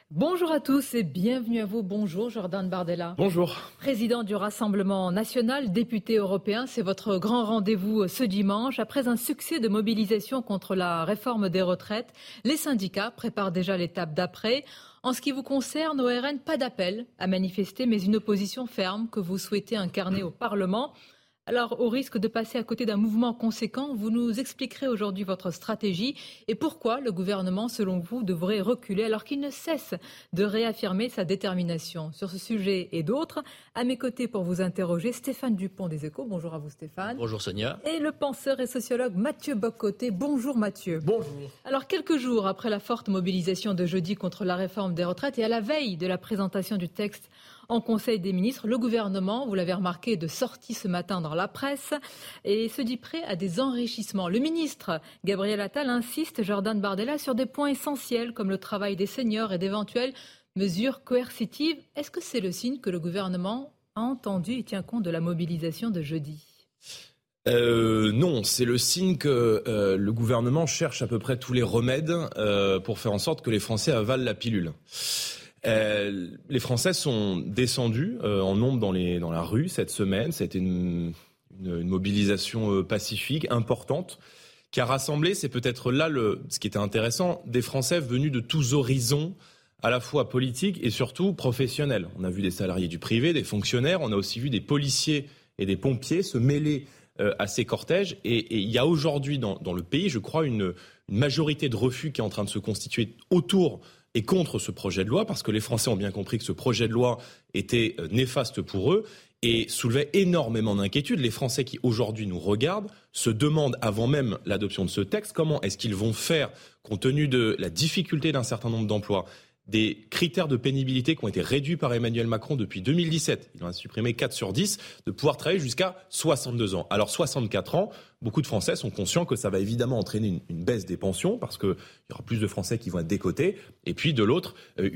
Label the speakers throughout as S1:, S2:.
S1: Bonjour à tous et bienvenue à vous. Bonjour Jordan Bardella.
S2: Bonjour.
S1: Président du Rassemblement national, député européen, c'est votre grand rendez-vous ce dimanche. Après un succès de mobilisation contre la réforme des retraites, les syndicats préparent déjà l'étape d'après. En ce qui vous concerne, au RN, pas d'appel à manifester, mais une opposition ferme que vous souhaitez incarner au Parlement. Alors, au risque de passer à côté d'un mouvement conséquent, vous nous expliquerez aujourd'hui votre stratégie et pourquoi le gouvernement, selon vous, devrait reculer alors qu'il ne cesse de réaffirmer sa détermination. Sur ce sujet et d'autres, à mes côtés pour vous interroger, Stéphane Dupont des Échos. Bonjour à vous Stéphane.
S3: Bonjour Sonia.
S1: Et le penseur et sociologue Mathieu Bock-Côté. Bonjour Mathieu.
S2: Bonjour.
S1: Alors, quelques jours après la forte mobilisation de jeudi contre la réforme des retraites et à la veille de la présentation du texte en Conseil des ministres, le gouvernement, vous l'avez remarqué, est de sortie ce matin dans la presse et se dit prêt à des enrichissements. Le ministre Gabriel Attal insiste, Jordan Bardella, sur des points essentiels comme le travail des seniors et d'éventuelles mesures coercitives. Est-ce que c'est le signe que le gouvernement a entendu et tient compte de la mobilisation de jeudi ?
S2: Non, c'est le signe que le gouvernement cherche à peu près tous les remèdes pour faire en sorte que les Français avalent la pilule. Les Français sont descendus en nombre dans la rue cette semaine. Ça a été une mobilisation pacifique, importante, qui a rassemblé, c'est peut-être là ce qui était intéressant, des Français venus de tous horizons, à la fois politiques et surtout professionnels. On a vu des salariés du privé, des fonctionnaires, on a aussi vu des policiers et des pompiers se mêler à ces cortèges. Et il y a aujourd'hui dans le pays, je crois, une majorité de refus qui est en train de se constituer autour et contre ce projet de loi, parce que les Français ont bien compris que ce projet de loi était néfaste pour eux et soulevait énormément d'inquiétudes. Les Français qui aujourd'hui nous regardent se demandent, avant même l'adoption de ce texte, comment est-ce qu'ils vont faire, compte tenu de la difficulté d'un certain nombre d'emplois, des critères de pénibilité qui ont été réduits par Emmanuel Macron depuis 2017. Il en a supprimé 4 sur 10, de pouvoir travailler jusqu'à 62 ans. Alors 64 ans, beaucoup de Français sont conscients que ça va évidemment entraîner une baisse des pensions parce qu'il y aura plus de Français qui vont être décotés. Et puis de l'autre,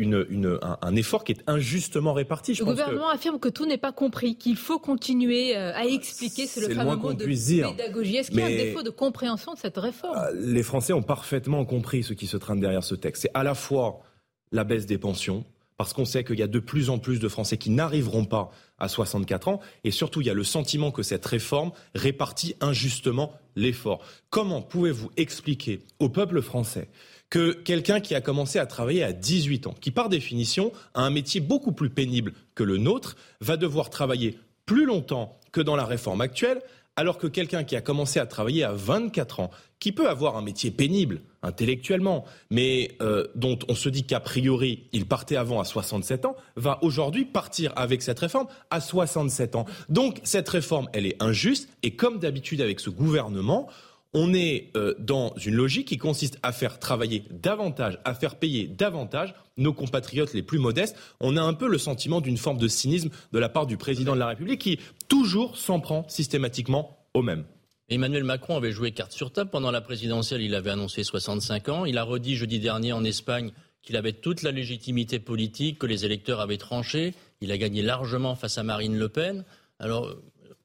S2: un effort qui est injustement réparti.
S1: Le gouvernement affirme que tout n'est pas compris, qu'il faut continuer à expliquer, c'est le fameux mot de pédagogie. Est-ce qu'il y a un défaut de compréhension de cette réforme ?
S2: Les Français ont parfaitement compris ce qui se trame derrière ce texte. C'est à la fois la baisse des pensions, parce qu'on sait qu'il y a de plus en plus de Français qui n'arriveront pas à 64 ans, et surtout il y a le sentiment que cette réforme répartit injustement l'effort. Comment pouvez-vous expliquer au peuple français que quelqu'un qui a commencé à travailler à 18 ans, qui par définition a un métier beaucoup plus pénible que le nôtre, va devoir travailler plus longtemps que dans la réforme actuelle, alors que quelqu'un qui a commencé à travailler à 24 ans, qui peut avoir un métier pénible intellectuellement, mais dont on se dit qu'a priori il partait avant à 67 ans, va aujourd'hui partir avec cette réforme à 67 ans. Donc cette réforme, elle est injuste, et comme d'habitude avec ce gouvernement, on est dans une logique qui consiste à faire travailler davantage, à faire payer davantage nos compatriotes les plus modestes. On a un peu le sentiment d'une forme de cynisme de la part du président de la République qui toujours s'en prend systématiquement aux mêmes.
S3: Emmanuel Macron avait joué carte sur table pendant la présidentielle, il avait annoncé 65 ans. Il a redit jeudi dernier en Espagne qu'il avait toute la légitimité politique, que les électeurs avaient tranché. Il a gagné largement face à Marine Le Pen. Alors,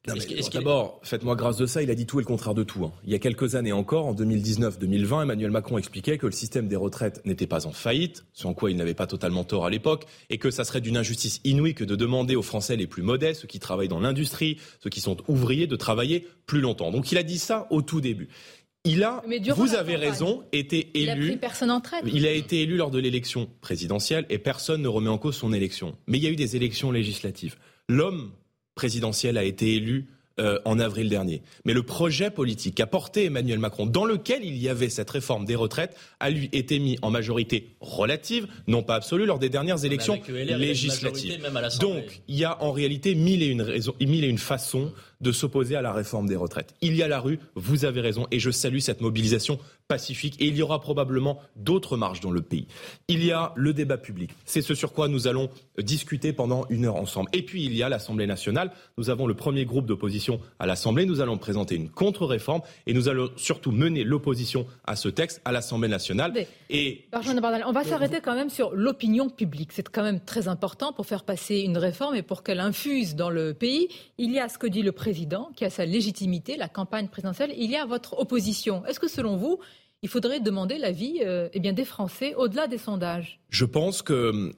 S2: d'abord, faites-moi grâce de ça, il a dit tout et le contraire de tout. Il y a quelques années encore, en 2019-2020, Emmanuel Macron expliquait que le système des retraites n'était pas en faillite, ce en quoi il n'avait pas totalement tort à l'époque, et que ça serait d'une injustice inouïe que de demander aux Français les plus modestes, ceux qui travaillent dans l'industrie, ceux qui sont ouvriers, de travailler plus longtemps. Donc il a dit ça au tout début. Il a, vous avez raison, été élu.
S1: Il a pris personne en traite.
S2: Il a été élu lors de l'élection présidentielle et personne ne remet en cause son élection. Mais il y a eu des élections législatives. L'homme présidentiel a été élu en avril dernier. Mais le projet politique qu'a porté Emmanuel Macron, dans lequel il y avait cette réforme des retraites, a lui été mis en majorité relative, non pas absolue, lors des dernières élections législatives. Donc, il y a en réalité mille et une façons de s'opposer à la réforme des retraites. Il y a la rue, vous avez raison, et je salue cette mobilisation pacifique, et il y aura probablement d'autres marches dans le pays. Il y a le débat public, c'est ce sur quoi nous allons discuter pendant 1 heure ensemble. Et puis il y a l'Assemblée nationale, nous avons le premier groupe d'opposition à l'Assemblée, nous allons présenter une contre-réforme, et nous allons surtout mener l'opposition à ce texte à l'Assemblée nationale.
S1: On va s'arrêter quand même sur l'opinion publique, c'est quand même très important pour faire passer une réforme et pour qu'elle infuse dans le pays. Il y a ce que dit le président, qui a sa légitimité, la campagne présidentielle, il y a votre opposition. Est-ce que selon vous, il faudrait demander l'avis des Français au-delà des sondages.
S2: Je pense que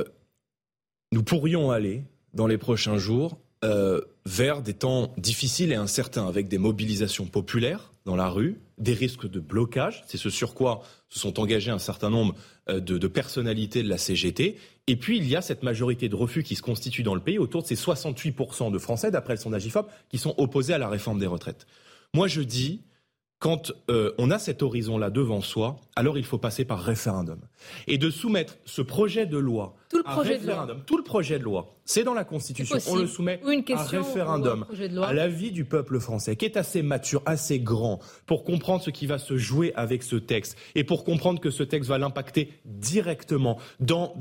S2: nous pourrions aller, dans les prochains jours, vers des temps difficiles et incertains, avec des mobilisations populaires dans la rue, des risques de blocage, c'est ce sur quoi se sont engagés un certain nombre de personnalités de la CGT, et puis il y a cette majorité de refus qui se constitue dans le pays, autour de ces 68% de Français, d'après le sondage IFOP, qui sont opposés à la réforme des retraites. Moi je dis, quand on a cet horizon-là devant soi, alors il faut passer par référendum. Et de soumettre ce projet de loi à référendum, tout le projet de loi, c'est dans la Constitution, on le soumet à référendum, à l'avis du peuple français, qui est assez mature, assez grand, pour comprendre ce qui va se jouer avec ce texte, et pour comprendre que ce texte va l'impacter directement dans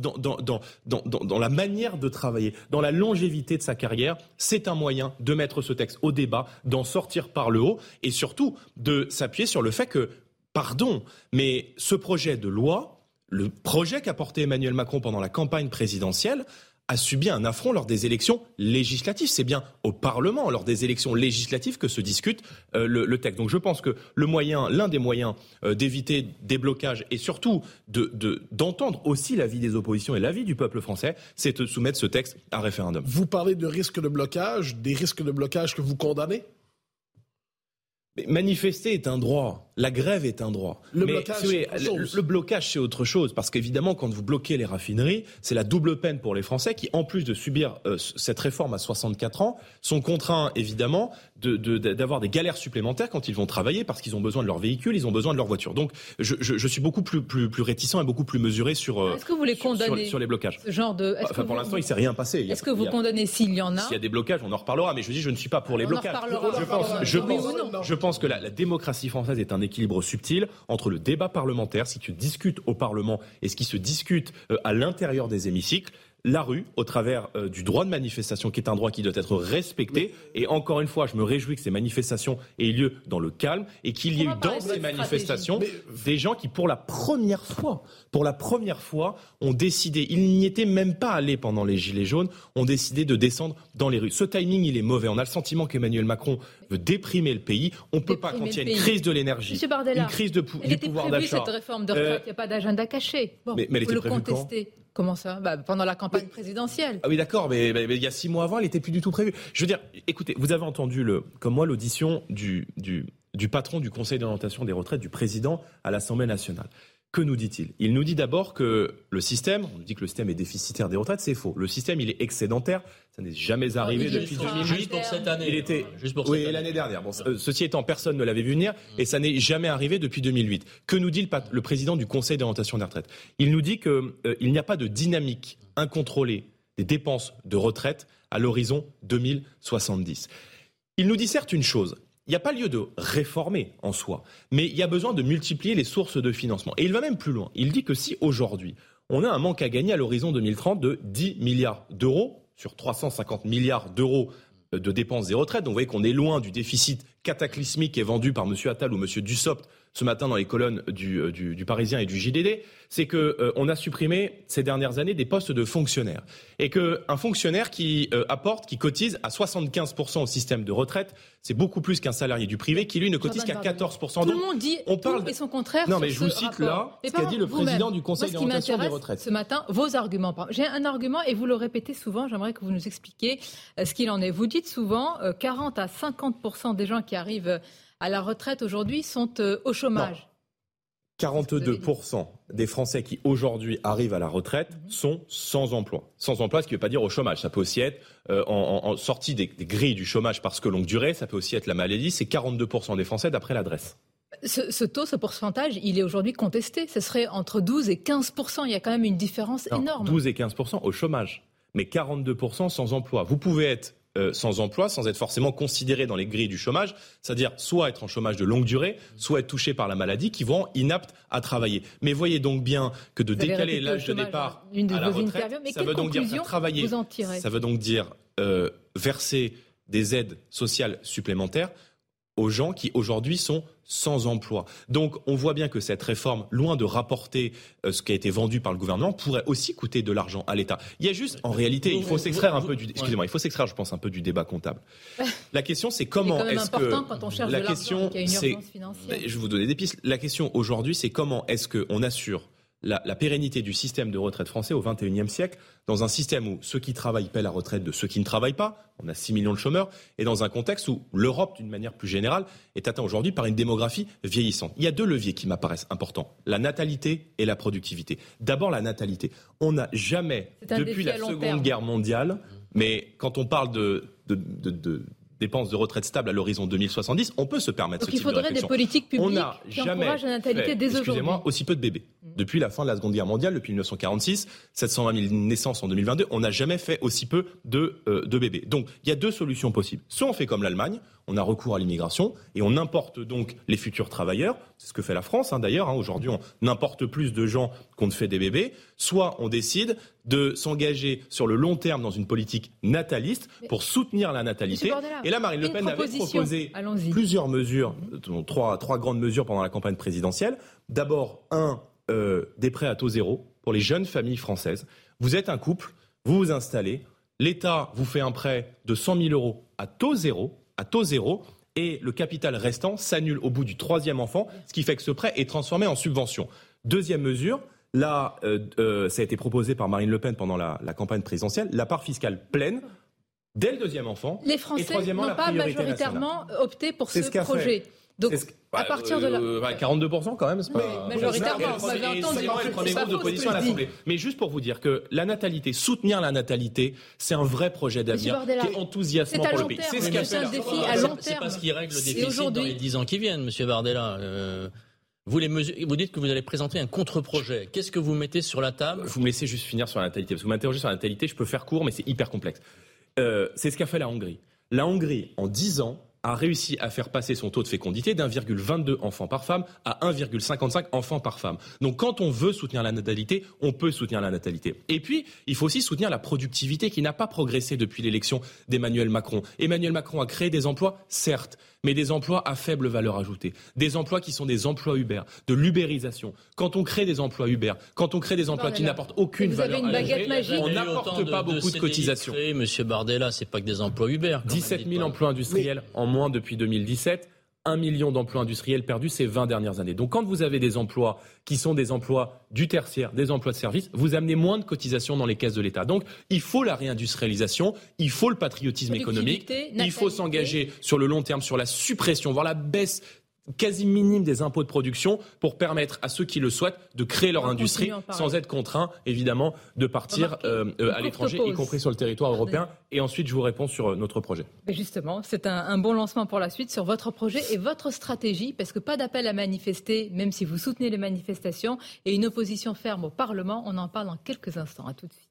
S2: la manière de travailler, dans la longévité de sa carrière. C'est un moyen de mettre ce texte au débat, d'en sortir par le haut, et surtout de s'appuyer sur le fait que, pardon, mais ce projet de loi, le projet qu'a porté Emmanuel Macron pendant la campagne présidentielle, a subi un affront lors des élections législatives. C'est bien au Parlement, lors des élections législatives, que se discute le texte. Donc je pense que l'un des moyens d'éviter des blocages et surtout d'entendre aussi l'avis des oppositions et l'avis du peuple français, c'est de soumettre ce texte à référendum.
S4: Vous parlez de risques de blocage, des risques de blocage que vous condamnez ?
S2: Mais manifester est un droit, la grève est un droit.
S4: Le blocage,
S2: c'est autre chose, parce qu'évidemment, quand vous bloquez les raffineries, c'est la double peine pour les Français qui, en plus de subir cette réforme à 64 ans, sont contraints, évidemment, d'avoir des galères supplémentaires quand ils vont travailler, parce qu'ils ont besoin de leur véhicule, ils ont besoin de leur voiture. Donc, je suis beaucoup plus réticent et beaucoup plus mesuré sur les blocages.
S1: Ce genre de...
S2: Pour l'instant, il ne s'est rien passé.
S1: Est-ce que vous condamnez s'il y en a ?
S2: S'il y a des blocages, on en reparlera, mais je ne suis pas pour les blocages. Je pense que la démocratie française est un équilibre subtil entre le débat parlementaire, ce qui se discute au Parlement et ce qui se discute à l'intérieur des hémicycles, la rue, au travers du droit de manifestation, qui est un droit qui doit être respecté. Et encore une fois, je me réjouis que ces manifestations aient lieu dans le calme et qu'il y ait eu dans ces manifestations des gens qui, pour la première fois, ont décidé, ils n'y étaient même pas allés pendant les Gilets jaunes, ont décidé de descendre dans les rues. Ce timing, il est mauvais. On a le sentiment qu'Emmanuel Macron veut déprimer le pays. On ne peut pas, quand il y a une crise de l'énergie, une crise du pouvoir d'achat.
S1: Cette réforme de retraite, il n'y a pas d'agenda caché. Bon,
S2: mais elle était prévue quand ?
S1: Comment ça ? Pendant la campagne présidentielle.
S2: Ah oui, d'accord, mais il y a 6 mois avant, elle n'était plus du tout prévue. Je veux dire, écoutez, vous avez entendu, comme moi, l'audition du patron du Conseil d'orientation des retraites, du président à l'Assemblée nationale. Que nous dit-il ? Il nous dit d'abord que on nous dit que le système est déficitaire des retraites, c'est faux. Le système, il est excédentaire. Ça n'est jamais arrivé depuis 2008.
S3: Juste pour cette année.
S2: L'année dernière. Bon, ceci étant, personne ne l'avait vu venir et ça n'est jamais arrivé depuis 2008. Que nous dit le président du Conseil d'orientation des retraites ? Il nous dit qu'il n'y a pas de dynamique incontrôlée des dépenses de retraite à l'horizon 2070. Il nous dit certes une chose. Il n'y a pas lieu de réformer en soi, mais il y a besoin de multiplier les sources de financement. Et il va même plus loin. Il dit que si aujourd'hui, on a un manque à gagner à l'horizon 2030 de 10 milliards d'euros sur 350 milliards d'euros de dépenses des retraites, donc vous voyez qu'on est loin du déficit cataclysmique qui est vendu par M. Attal ou M. Dussopt ce matin dans les colonnes du Parisien et du JDD, c'est qu'on a supprimé ces dernières années des postes de fonctionnaires. Et qu'un fonctionnaire qui cotise à 75% au système de retraite, c'est beaucoup plus qu'un salarié du privé qui, lui, ne cotise qu'à 14%.
S1: Tout le monde dit tout et son contraire.
S2: Non, mais je vous cite là ce qu'a dit le président du Conseil d'orientation des retraites.
S1: Ce matin, vos arguments. J'ai un argument et vous le répétez souvent, j'aimerais que vous nous expliquiez ce qu'il en est. Vous dites souvent 40 à 50% des gens qui arrivent à la retraite aujourd'hui sont au chômage.
S2: Non. 42% des Français qui aujourd'hui arrivent à la retraite sont sans emploi. Sans emploi, ce qui ne veut pas dire au chômage. Ça peut aussi être en sortie des grilles du chômage parce que longue durée. Ça peut aussi être la maladie. C'est 42% des Français d'après l'adresse.
S1: Ce pourcentage, il est aujourd'hui contesté. Ce serait entre 12 et 15%. Il y a quand même une différence énorme.
S2: 12 et 15% au chômage. Mais 42% sans emploi. Vous pouvez être sans emploi, sans être forcément considéré dans les grilles du chômage, c'est-à-dire soit être en chômage de longue durée, soit être touché par la maladie, qui vont inaptes à travailler. Mais voyez donc bien que de décaler l'âge de départ à la retraite, ça veut donc dire faire travailler, ça veut donc dire verser des aides sociales supplémentaires aux gens qui aujourd'hui sont sans emploi. Donc on voit bien que cette réforme, loin de rapporter ce qui a été vendu par le gouvernement, pourrait aussi coûter de l'argent à l'État. Il y a juste, en réalité, il faut s'extraire un peu du... Excusez-moi, il faut s'extraire, je pense, un peu du débat comptable. La question, c'est comment est-ce que...
S1: Quand on cherche de l'argent, qu'il y a une urgence financière.
S2: Je vais vous donner des pistes. La question aujourd'hui, c'est comment est-ce qu'on assure la pérennité du système de retraite français au XXIe siècle, dans un système où ceux qui travaillent paient la retraite de ceux qui ne travaillent pas, on a 6 millions de chômeurs, et dans un contexte où l'Europe, d'une manière plus générale, est atteinte aujourd'hui par une démographie vieillissante. Il y a 2 leviers qui m'apparaissent importants, la natalité et la productivité. D'abord la natalité. On n'a jamais, depuis la Seconde Guerre mondiale, mais quand on parle de dépenses de retraite stables à l'horizon 2070, on peut se permettre ce type de réflexion.
S1: Donc il faudrait des politiques publiques qui encouragent la natalité dès aujourd'hui.
S2: Excusez-moi, aussi peu de bébés. Depuis la fin de la Seconde Guerre mondiale, depuis 1946, 720 000 naissances en 2022, on n'a jamais fait aussi peu de bébés. Donc il y a 2 solutions possibles. Soit on fait comme l'Allemagne, on a recours à l'immigration et on importe donc les futurs travailleurs. C'est ce que fait la France d'ailleurs. Aujourd'hui, on importe plus de gens qu'on ne fait des bébés. Soit on décide de s'engager sur le long terme dans une politique nataliste pour soutenir la natalité. Et là, Marine Le Pen avait proposé plusieurs mesures, 3 grandes mesures pendant la campagne présidentielle. D'abord, des prêts à taux zéro pour les jeunes familles françaises. Vous êtes un couple, vous vous installez, l'État vous fait un prêt de 100 000 euros à taux zéro, et le capital restant s'annule au bout du 3e enfant, ce qui fait que ce prêt est transformé en subvention. Deuxième mesure, là, ça a été proposé par Marine Le Pen pendant la campagne présidentielle, la part fiscale pleine dès le 2e enfant.
S1: Les Français n'ont pas majoritairement opté pour ce projet. Donc, à partir de là...
S2: 42% quand même, c'est pas...
S1: Majoritairement,
S2: c'est le premier groupe d'opposition à l'Assemblée. Mais juste pour vous dire que la natalité, soutenir la natalité, c'est un vrai projet d'avenir qui est enthousiasmant pour le pays.
S1: C'est ce qu'a fait un défi à long terme.
S3: C'est pas ce qui règle le déficit dans les 10 ans qui viennent, Monsieur Bardella. Vous dites que vous allez présenter un contre-projet. Qu'est-ce que vous mettez sur la table ?
S2: Vous me laissez juste finir sur la natalité, parce que vous m'interrogez sur la natalité, je peux faire court, mais c'est hyper complexe. C'est ce qu'a fait la Hongrie. La Hongrie, en 10 ans, a réussi à faire passer son taux de fécondité d'1,22 enfants par femme à 1,55 enfants par femme. Donc quand on veut soutenir la natalité, on peut soutenir la natalité. Et puis, il faut aussi soutenir la productivité qui n'a pas progressé depuis l'élection d'Emmanuel Macron. Emmanuel Macron a créé des emplois, certes, mais des emplois à faible valeur ajoutée. Des emplois qui sont des emplois Uber, de l'ubérisation. Quand on crée des emplois Uber, quand on crée des emplois qui n'apportent aucune valeur ajoutée, on n'apporte pas beaucoup de cotisations.
S3: Monsieur Bardella, c'est pas que des emplois Uber.
S2: 17 000 emplois industriels en moins depuis 2017. 1 million d'emplois industriels perdus ces 20 dernières années. Donc quand vous avez des emplois qui sont des emplois du tertiaire, des emplois de service, vous amenez moins de cotisations dans les caisses de l'État. Donc il faut la réindustrialisation, il faut le patriotisme économique, il faut s'engager sur le long terme sur la suppression, voire la baisse quasi minime des impôts de production pour permettre à ceux qui le souhaitent de créer leur industrie sans être contraints, évidemment, de partir à l'étranger, y compris sur le territoire européen. Et ensuite, je vous réponds sur notre projet.
S1: Mais justement, c'est un bon lancement pour la suite sur votre projet et votre stratégie, parce que pas d'appel à manifester, même si vous soutenez les manifestations, et une opposition ferme au Parlement. On en parle dans quelques instants. À tout de suite.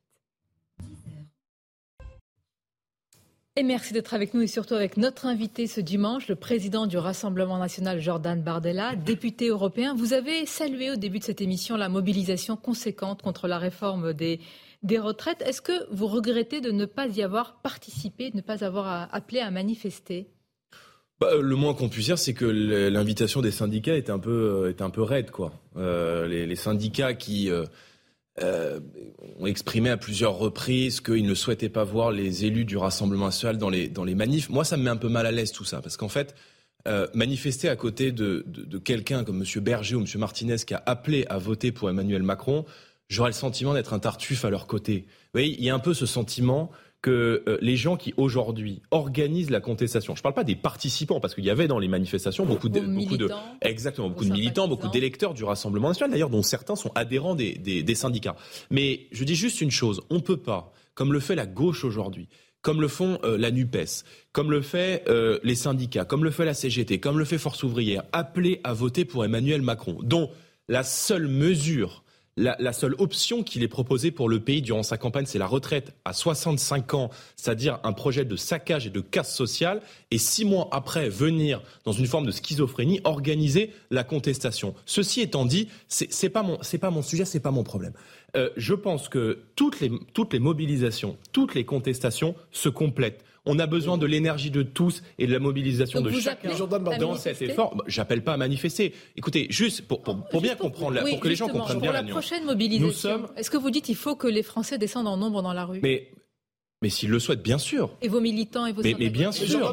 S1: Et merci d'être avec nous et surtout avec notre invité ce dimanche, le président du Rassemblement national, Jordan Bardella, député européen. Vous avez salué au début de cette émission la mobilisation conséquente contre la réforme des retraites. Est-ce que vous regrettez de ne pas y avoir participé, de ne pas avoir appelé à manifester ?
S2: Le moins qu'on puisse dire, c'est que l'invitation des syndicats était un peu raide, quoi. Les syndicats qui... ont exprimé à plusieurs reprises qu'ils ne souhaitaient pas voir les élus du Rassemblement national dans les manifs. Moi, ça me met un peu mal à l'aise tout ça, parce qu'en fait, manifester à côté de quelqu'un comme M. Berger ou M. Martinez qui a appelé à voter pour Emmanuel Macron, j'aurais le sentiment d'être un Tartuffe à leur côté. Vous voyez, il y a un peu ce sentiment que les gens qui aujourd'hui organisent la contestation, je ne parle pas des participants, parce qu'il y avait dans les manifestations beaucoup de militants, beaucoup d'électeurs du Rassemblement national, d'ailleurs, dont certains sont adhérents des syndicats. Mais je dis juste une chose, on ne peut pas, comme le fait la gauche aujourd'hui, comme le font la NUPES, comme le fait les syndicats, comme le fait la CGT, comme le fait Force ouvrière, appeler à voter pour Emmanuel Macron, dont la seule mesure... La seule option qu'il ait proposée pour le pays durant sa campagne, c'est la retraite à 65 ans, c'est-à-dire un projet de saccage et de casse sociale, et 6 mois après, venir, dans une forme de schizophrénie, organiser la contestation. Ceci étant dit, c'est pas mon sujet, c'est pas mon problème. Je pense que toutes les mobilisations, toutes les contestations se complètent. On a besoin de l'énergie de tous et de la mobilisation de chacun dans cet effort. J'appelle pas à manifester. Écoutez, juste pour bien comprendre, pour que les gens comprennent bien la nuance.
S1: Pour la prochaine mobilisation, est-ce que vous dites qu'il faut que les Français descendent en nombre dans la rue ?
S2: Mais s'ils le souhaitent, bien sûr.
S1: Et vos militants et vos syndicats.
S2: Mais bien sûr.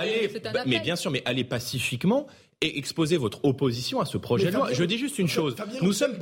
S2: Mais bien sûr, mais allez pacifiquement et exposer votre opposition à ce projet de loi. Je dis juste une chose. Nous sommes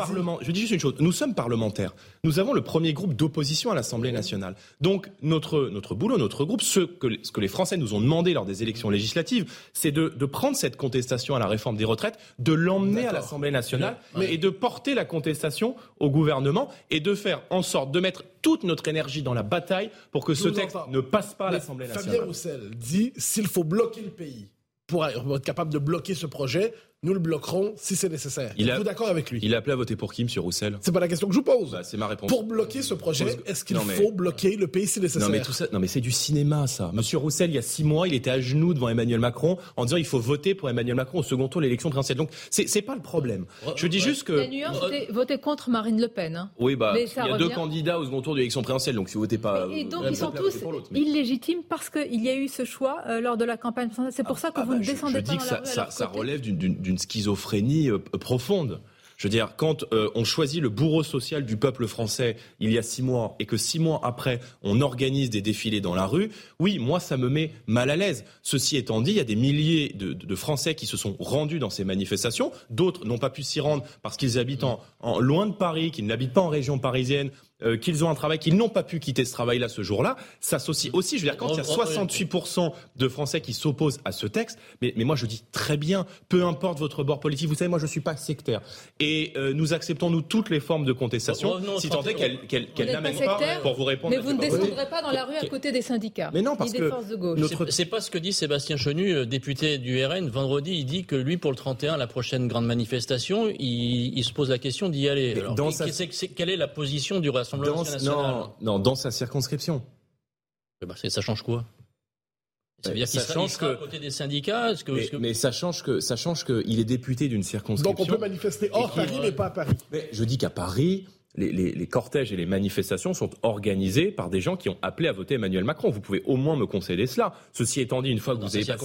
S2: parlementaires. Nous avons le premier groupe d'opposition à l'Assemblée nationale. Donc notre boulot, notre groupe, ce que les Français nous ont demandé lors des élections législatives, c'est de prendre cette contestation à la réforme des retraites, de l'emmener à l'Assemblée nationale et de porter la contestation au gouvernement et de faire en sorte de mettre toute notre énergie dans la bataille pour que ce texte ne passe pas à l'Assemblée nationale.
S4: Fabien Roussel dit s'il faut bloquer le pays pour être capable de bloquer ce projet, nous le bloquerons si c'est nécessaire. Êtes-vous d'accord avec lui ?
S2: Il a appelé à voter pour qui, M. Roussel ?
S4: C'est pas la question que je vous pose.
S2: C'est ma réponse.
S4: Pour bloquer ce projet, est-ce qu'il faut bloquer le pays si nécessaire ?
S2: Non mais c'est du cinéma, ça. M. Roussel, il y a 6 mois, il était à genoux devant Emmanuel Macron en disant il faut voter pour Emmanuel Macron au second tour de l'élection présidentielle. Donc c'est pas le problème. Je dis juste que...
S1: La nuance, c'était voter contre Marine Le Pen. Hein.
S2: Oui, il y a 2 candidats au second tour de l'élection présidentielle, donc si vous votez pas...
S1: Et donc ils sont tous illégitimes parce qu'il y a eu ce choix lors de la campagne présidentielle. C'est pour ça que vous ne descendez pas dans la rue. Je dis que ça relève
S2: d'une schizophrénie profonde. Je veux dire, quand on choisit le bourreau social du peuple français il y a 6 mois et que 6 mois après, on organise des défilés dans la rue, oui, moi, ça me met mal à l'aise. Ceci étant dit, il y a des milliers de Français qui se sont rendus dans ces manifestations. D'autres n'ont pas pu s'y rendre parce qu'ils habitent loin de Paris, qu'ils n'habitent pas en région parisienne, qu'ils ont un travail, qu'ils n'ont pas pu quitter ce travail-là ce jour-là. S'associe aussi, je veux dire, quand il y a 68% de Français qui s'opposent à ce texte, mais moi je dis très bien, peu importe votre bord politique, vous savez, moi je ne suis pas sectaire. Et nous acceptons, nous, toutes les formes de contestation, si tant est qu'elles n'amènent pas, pour vous répondre...
S1: Mais vous ne descendrez pas dans la rue à côté des syndicats,
S2: mais non, parce
S1: ni des forces de gauche.
S3: C'est pas ce que dit Sébastien Chenu, député du RN. Vendredi, il dit que lui, pour le 31, la prochaine grande manifestation, il se pose la question d'y aller. Alors, quelle est la position du Rassemblement national ?
S2: Non, dans sa circonscription.
S3: Ça change quoi ? Ça veut dire qu'il sera à côté des syndicats ?
S2: Mais ça change qu'il est député d'une circonscription.
S4: Donc on peut manifester hors Paris, mais pas à Paris.
S2: Mais je dis qu'à Paris, les cortèges et les manifestations sont organisés par des gens qui ont appelé à voter Emmanuel Macron. Vous pouvez au moins me concéder cela. Ceci étant dit, une fois que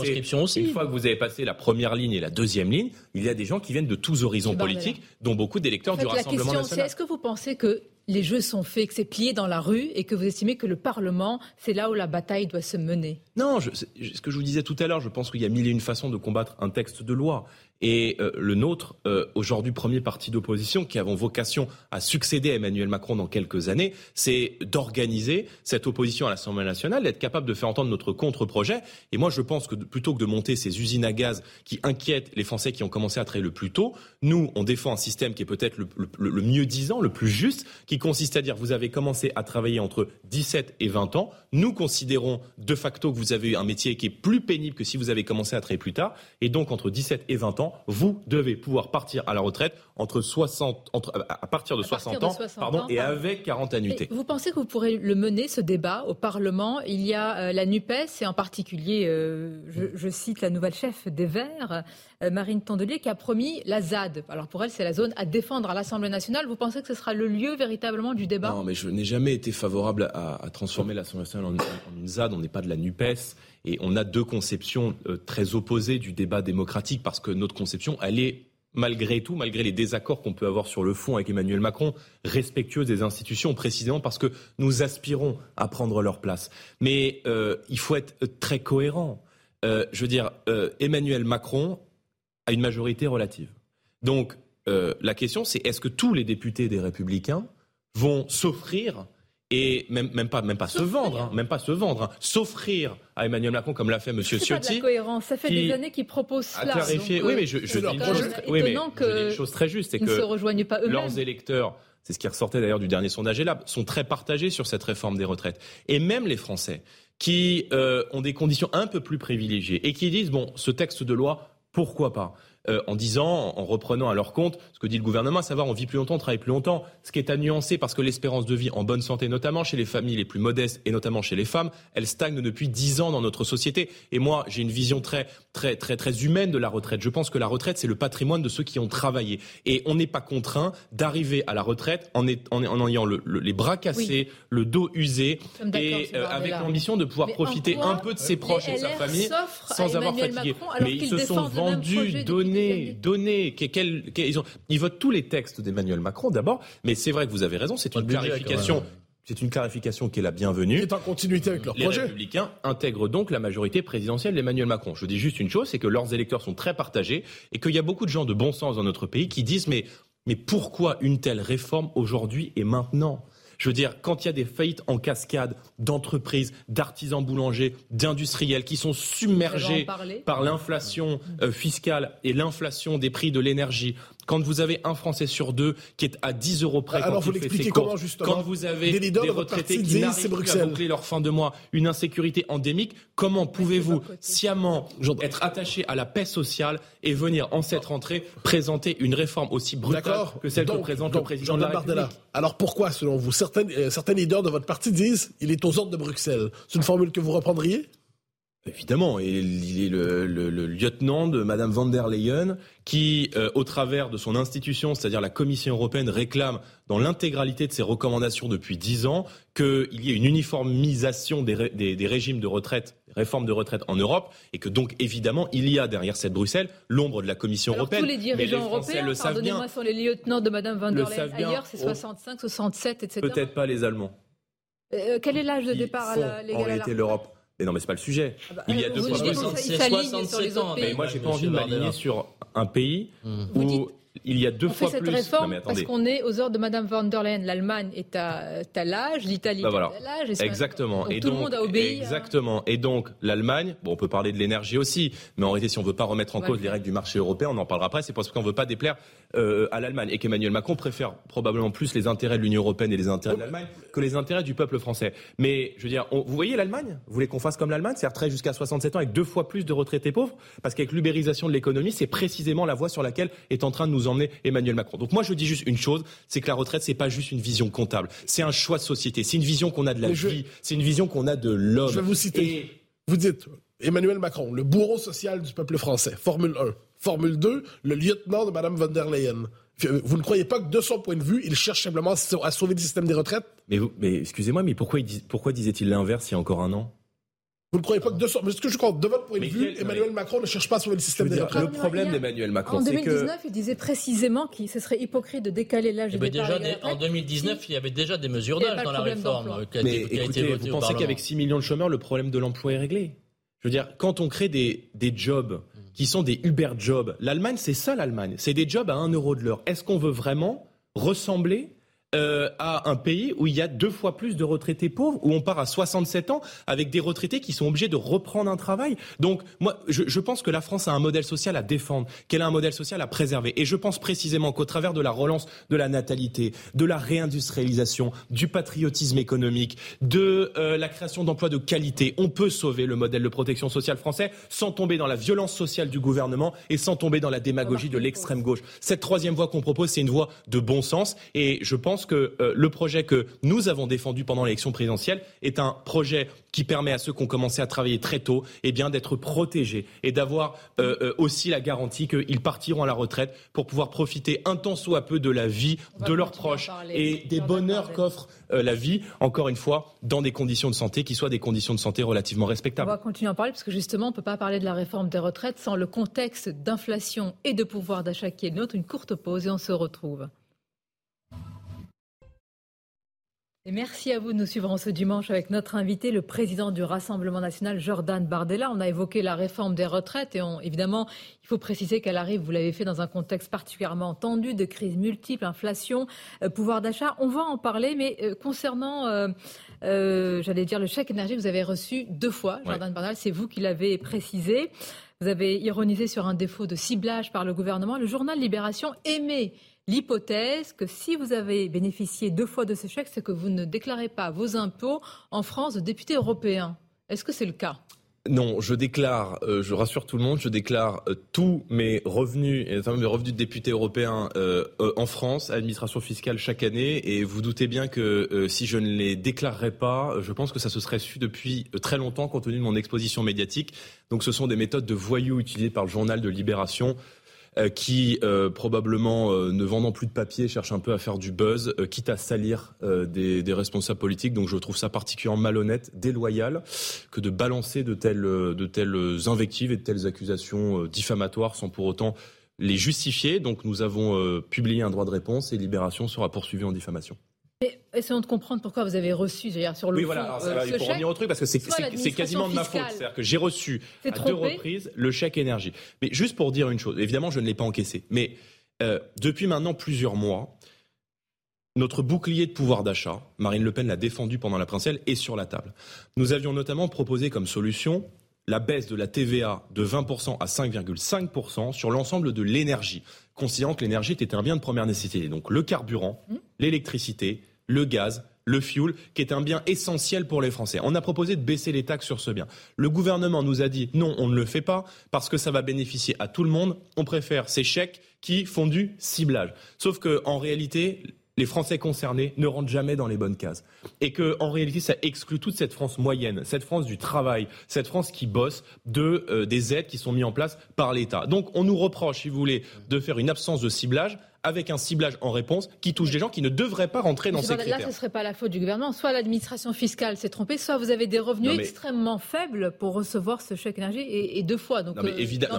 S2: vous avez passé la première ligne et la deuxième ligne, il y a des gens qui viennent de tous horizons politiques, dont beaucoup d'électeurs du Rassemblement national. La question,
S1: c'est est-ce que vous pensez que les jeux sont faits, que c'est plié dans la rue et que vous estimez que le Parlement, c'est là où la bataille doit se mener ?
S2: Non, ce que je vous disais tout à l'heure, je pense qu'il y a 1001 façons de combattre un texte de loi. Et le nôtre, aujourd'hui premier parti d'opposition, qui avons vocation à succéder à Emmanuel Macron dans quelques années, c'est d'organiser cette opposition à l'Assemblée nationale, d'être capable de faire entendre notre contre-projet. Et moi, je pense que plutôt que de monter ces usines à gaz qui inquiètent les Français qui ont commencé à travailler le plus tôt, nous, on défend un système qui est peut-être le mieux disant, le plus juste, qui consiste à dire vous avez commencé à travailler entre 17 et 20 ans. Nous considérons de facto que vous avez eu un métier qui est plus pénible que si vous avez commencé à travailler plus tard. Et donc, entre 17 et 20 ans, vous devez pouvoir partir à la retraite à partir de 60 ans et avec 40 annuités.
S1: Et vous pensez que vous pourrez le mener, ce débat, au Parlement ? Il y a la NUPES et en particulier, je cite la nouvelle chef des Verts, Marine Tondelier, qui a promis la ZAD. Alors pour elle, c'est la zone à défendre à l'Assemblée nationale. Vous pensez que ce sera le lieu véritablement du débat ?
S2: Non, mais je n'ai jamais été favorable à transformer l'Assemblée nationale en une ZAD. On n'est pas de la NUPES. Et on a 2 conceptions très opposées du débat démocratique parce que notre conception, elle est malgré tout, malgré les désaccords qu'on peut avoir sur le fond avec Emmanuel Macron, respectueuse des institutions, précisément parce que nous aspirons à prendre leur place. Mais il faut être très cohérent. Emmanuel Macron a une majorité relative. Donc la question, c'est est-ce que tous les députés des Républicains vont s'offrir et même pas se vendre, s'offrir à Emmanuel Macron comme l'a fait M. Ciotti.
S1: C'est pas de la cohérence, ça fait des années qu'ils proposent cela.
S2: Clarifier. Oui, mais je dis une chose très juste, c'est que
S1: ne se rejoignent pas eux-mêmes.
S2: Leurs électeurs, c'est ce qui ressortait d'ailleurs du dernier sondage ELAB, sont très partagés sur cette réforme des retraites. Et même les Français qui ont des conditions un peu plus privilégiées et qui disent ce texte de loi, pourquoi pas ? en disant, en reprenant à leur compte ce que dit le gouvernement, à savoir on vit plus longtemps, on travaille plus longtemps. Ce qui est à nuancer parce que l'espérance de vie en bonne santé, notamment chez les familles les plus modestes et notamment chez les femmes, elle stagne depuis 10 ans dans notre société. Et moi, j'ai une vision très humaine de la retraite. Je pense que la retraite, c'est le patrimoine de ceux qui ont travaillé. Et on n'est pas contraint d'arriver à la retraite en ayant les bras cassés, le dos usé et avec l'ambition de pouvoir profiter un peu de ses proches et de sa famille sans avoir fatigué. Mais ils se sont vendus, donnés. Ils votent tous les textes d'Emmanuel Macron d'abord, mais c'est vrai que vous avez raison, c'est une clarification. C'est une clarification qui est la bienvenue.
S4: Qui est en continuité avec leur projet.
S2: Les Républicains intègrent donc la majorité présidentielle d'Emmanuel Macron. Je dis juste une chose, c'est que leurs électeurs sont très partagés et qu'il y a beaucoup de gens de bon sens dans notre pays qui disent mais pourquoi une telle réforme aujourd'hui et maintenant ? Je veux dire, quand il y a des faillites en cascade d'entreprises, d'artisans boulangers, d'industriels qui sont submergés par l'inflation fiscale et l'inflation des prix de l'énergie, quand vous avez un Français sur deux qui est à 10 € près quand il fait ses courses, quand vous avez des retraités qui n'arrivent plus à boucler leur fin de mois, une insécurité endémique, comment pouvez-vous sciemment être attaché à la paix sociale et venir en cette rentrée présenter une réforme aussi brutale que celle que présente le président de la République ?
S4: Alors pourquoi, selon vous, certains leaders de votre parti disent il est aux ordres de Bruxelles. C'est une formule que vous reprendriez ?
S2: Évidemment, et il est le lieutenant de Madame von der Leyen qui, au travers de son institution, c'est-à-dire la Commission européenne, réclame dans l'intégralité de ses recommandations depuis 10 ans qu'il y ait une uniformisation des régimes de retraite, réformes de retraite en Europe, et que donc évidemment il y a derrière cette Bruxelles l'ombre de la Commission européenne.
S1: Tous les dirigeants européens, pardonnez-moi, sont les lieutenants de Madame von der Leyen. Ailleurs, c'est 65, 67, etc.
S2: Peut-être pas les Allemands.
S1: Quel est l'âge de départ à la légale?
S2: En réalité, l'Europe. Mais non, mais c'est pas le sujet. Il y a 2 fois plus.
S3: 67 ans.
S2: Mais moi, j'ai pas envie de m'aligner sur un pays où il y a 2 fois plus.
S1: On fait cette réforme parce qu'on est aux ordres de Madame von der Leyen. L'Allemagne est à l'âge, l'Italie est à l'âge.
S2: Exactement.
S1: Et tout le monde a obéi.
S2: Exactement. Et donc, l'Allemagne, on peut parler de l'énergie aussi, mais en réalité, si on veut pas remettre en cause les règles du marché européen, on en parlera après, c'est parce qu'on veut pas déplaire à l'Allemagne et qu'Emmanuel Macron préfère probablement plus les intérêts de l'Union européenne et les intérêts de l'Allemagne que les intérêts du peuple français. Mais je veux dire, vous voyez l'Allemagne ? Vous voulez qu'on fasse comme l'Allemagne, c'est-à-dire retraite jusqu'à 67 ans avec 2 fois plus de retraités pauvres ? Parce qu'avec l'ubérisation de l'économie, c'est précisément la voie sur laquelle est en train de nous emmener Emmanuel Macron. Donc moi je dis juste une chose, c'est que la retraite c'est pas juste une vision comptable, c'est un choix de société, c'est une vision qu'on a de la vie, c'est une vision qu'on a de l'homme.
S4: Je vais vous citer. Vous dites Emmanuel Macron, le bourreau social du peuple français, Formule 1. Formule 2, le lieutenant de Madame von der Leyen. Vous ne croyez pas que de son point de vue, il cherche simplement à sauver le système des retraites ?
S2: Mais excusez-moi, mais pourquoi disait-il l'inverse il y a encore un an ?
S4: Vous ne croyez pas que mais ce que je crois, de votre point de vue, Emmanuel Macron ne cherche pas à sauver le système des retraites.
S2: Le problème d'Emmanuel Macron, c'est que...
S1: En 2019, il disait précisément que ce serait hypocrite de décaler l'âge de départ.
S3: En 2019, il y avait déjà des mesures d'âge dans la réforme qui a été votée.
S2: Vous pensez qu'avec 6 millions de chômeurs, le problème de l'emploi est réglé ? Je veux dire, quand on crée des jobs qui sont des Uber jobs, l'Allemagne, c'est ça l'Allemagne. C'est des jobs à 1 € de l'heure. Est-ce qu'on veut vraiment ressembler à un pays où il y a 2 fois plus de retraités pauvres, où on part à 67 ans avec des retraités qui sont obligés de reprendre un travail. Donc moi, je pense que la France a un modèle social à défendre, qu'elle a un modèle social à préserver. Et je pense précisément qu'au travers de la relance de la natalité, de la réindustrialisation, du patriotisme économique, de la création d'emplois de qualité, on peut sauver le modèle de protection sociale français sans tomber dans la violence sociale du gouvernement et sans tomber dans la démagogie de l'extrême gauche. Cette 3e voie qu'on propose, c'est une voie de bon sens et je pense que le projet que nous avons défendu pendant l'élection présidentielle est un projet qui permet à ceux qui ont commencé à travailler très tôt d'être protégés et d'avoir aussi la garantie qu'ils partiront à la retraite pour pouvoir profiter un tant soit peu de la vie de leurs proches et des bonheurs qu'offre la vie, encore une fois, dans des conditions de santé qui soient des conditions de santé relativement respectables.
S1: On va continuer à en parler parce que justement, on ne peut pas parler de la réforme des retraites sans le contexte d'inflation et de pouvoir d'achat qui est le nôtre. Une courte pause et on se retrouve. Et merci à vous de nous suivre en ce dimanche avec notre invité, le président du Rassemblement national, Jordan Bardella. On a évoqué la réforme des retraites et évidemment, il faut préciser qu'elle arrive, vous l'avez fait, dans un contexte particulièrement tendu, de crises multiples, inflation, pouvoir d'achat. On va en parler, mais concernant, le chèque énergie, vous avez reçu 2 fois, Jordan Bardella, c'est vous qui l'avez précisé. Vous avez ironisé sur un défaut de ciblage par le gouvernement. Le journal Libération émet l'hypothèse que si vous avez bénéficié 2 fois de ce chèque, c'est que vous ne déclarez pas vos impôts en France de député européen. Est-ce que c'est le cas ?
S2: Non, je déclare, je rassure tout le monde, je déclare tous mes revenus, et notamment mes revenus de député européen en France, à l'administration fiscale chaque année. Et vous doutez bien que si je ne les déclarerais pas, je pense que ça se serait su depuis très longtemps compte tenu de mon exposition médiatique. Donc ce sont des méthodes de voyous utilisées par le journal de Libération qui, probablement ne vendant plus de papier, cherchent un peu à faire du buzz, quitte à salir des responsables politiques. Donc je trouve ça particulièrement malhonnête, déloyal, que de balancer de telles invectives et de telles accusations diffamatoires sans pour autant les justifier. Donc nous avons publié un droit de réponse et Libération sera poursuivie en diffamation.
S1: Mais essayons de comprendre pourquoi vous avez reçu, c'est-à-dire sur le fond,
S2: alors, il faut revenir au truc parce que c'est quasiment de ma faute. C'est-à-dire que j'ai reçu à 2 reprises le chèque énergie. Mais juste pour dire une chose, évidemment je ne l'ai pas encaissé, mais depuis maintenant plusieurs mois, notre bouclier de pouvoir d'achat, Marine Le Pen l'a défendu pendant la présidentielle, est sur la table. Nous avions notamment proposé comme solution la baisse de la TVA de 20% à 5,5% sur l'ensemble de l'énergie, considérant que l'énergie était un bien de première nécessité. Donc le carburant, l'électricité, le gaz, le fioul, qui est un bien essentiel pour les Français. On a proposé de baisser les taxes sur ce bien. Le gouvernement nous a dit non, on ne le fait pas parce que ça va bénéficier à tout le monde. On préfère ces chèques qui font du ciblage. Sauf qu'en réalité, les Français concernés ne rentrent jamais dans les bonnes cases. Et qu'en réalité, ça exclut toute cette France moyenne, cette France du travail, cette France qui bosse des aides qui sont mises en place par l'État. Donc on nous reproche, si vous voulez, de faire une absence de ciblage avec un ciblage en réponse qui touche des gens qui ne devraient pas rentrer dans ces critères.
S1: Là, ce ne serait pas la faute du gouvernement. Soit l'administration fiscale s'est trompée, soit vous avez des revenus extrêmement faibles pour recevoir ce chèque énergie et 2 fois. Donc, évidemment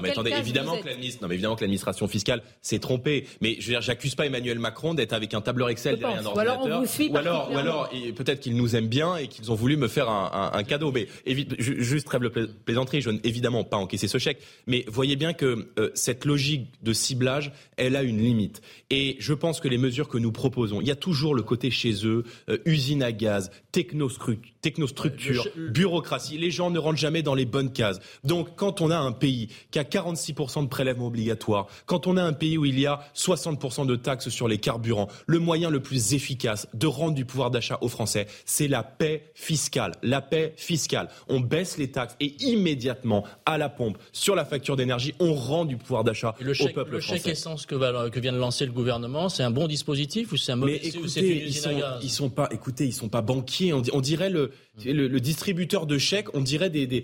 S2: que l'administration fiscale s'est trompée. Mais je veux dire, j'accuse pas Emmanuel Macron d'être avec un tableur Excel derrière un ordinateur.
S1: Ou alors on vous suit
S2: ou alors peut-être qu'ils nous aiment bien et qu'ils ont voulu me faire un cadeau. Mais juste trêve de plaisanterie, je n'ai évidemment pas encaissé ce chèque. Mais voyez bien que cette logique de ciblage, elle a une limite. Et je pense que les mesures que nous proposons, il y a toujours le côté chez eux, usine à gaz, technostructure, bureaucratie. Les gens ne rentrent jamais dans les bonnes cases. Donc quand on a un pays qui a 46% de prélèvements obligatoires, quand on a un pays où il y a 60% de taxes sur les carburants, le moyen le plus efficace de rendre du pouvoir d'achat aux Français, c'est la paix fiscale. La paix fiscale. On baisse les taxes et immédiatement, à la pompe, sur la facture d'énergie, on rend du pouvoir d'achat au peuple français.
S3: Le chèque essence que vient de lancer le gouvernement, c'est un bon dispositif ou c'est un mauvais
S2: dispositif? Mais écoutez, ils sont pas banquiers. On dirait le distributeur de chèques, on dirait des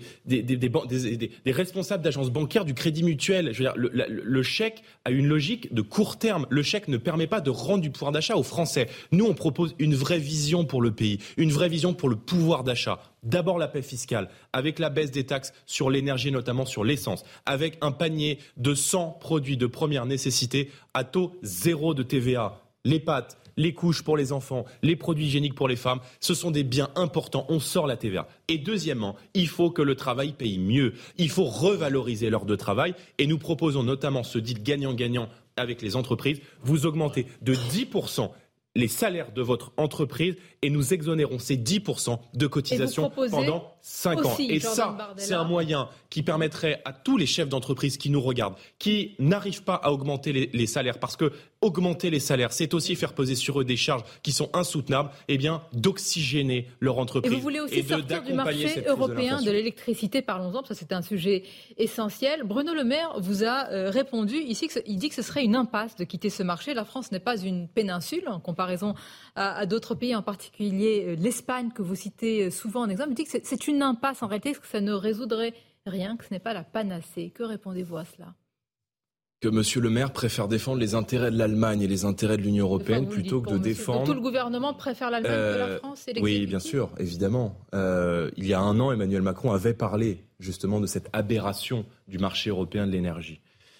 S2: responsables d'agences bancaires du Crédit Mutuel. Je veux dire, le chèque a une logique de court terme. Le chèque ne permet pas de rendre du pouvoir d'achat aux Français. Nous, on propose une vraie vision pour le pays, une vraie vision pour le pouvoir d'achat. D'abord la paix fiscale, avec la baisse des taxes sur l'énergie, notamment sur l'essence, avec un panier de 100 produits de première nécessité à taux 0 de TVA. Les pâtes, les couches pour les enfants, les produits hygiéniques pour les femmes, ce sont des biens importants. On sort la TVA. Et deuxièmement, il faut que le travail paye mieux. Il faut revaloriser l'heure de travail. Et nous proposons notamment ce dit gagnant-gagnant avec les entreprises. Vous augmentez de 10% les salaires de votre entreprise et nous exonérons ces 10% de cotisation pendant 5 ans. Et ça, c'est un moyen qui permettrait à tous les chefs d'entreprise qui nous regardent, qui n'arrivent pas à augmenter les salaires, parce que augmenter les salaires, c'est aussi faire peser sur eux des charges qui sont insoutenables, d'oxygéner leur entreprise.
S1: Et vous voulez aussi sortir du marché européen de l'électricité, parlons-en, parce que c'est un sujet essentiel. Bruno Le Maire vous a répondu ici, il dit que ce serait une impasse de quitter ce marché. La France n'est pas une péninsule en comparaison à d'autres pays, en particulier l'Espagne que vous citez souvent en exemple. Il dit que c'est une impasse en réalité, que ça ne résoudrait rien, que ce n'est pas la panacée. Que répondez-vous à cela ?
S2: Que M. Le Maire préfère défendre les intérêts de l'Allemagne et les intérêts de l'Union européenne plutôt que de défendre...
S1: Tout le gouvernement préfère l'Allemagne que la France et
S2: Oui, bien sûr, évidemment. Il y a 1 an, Emmanuel Macron avait parlé justement de cette aberration du marché européen de l'énergie.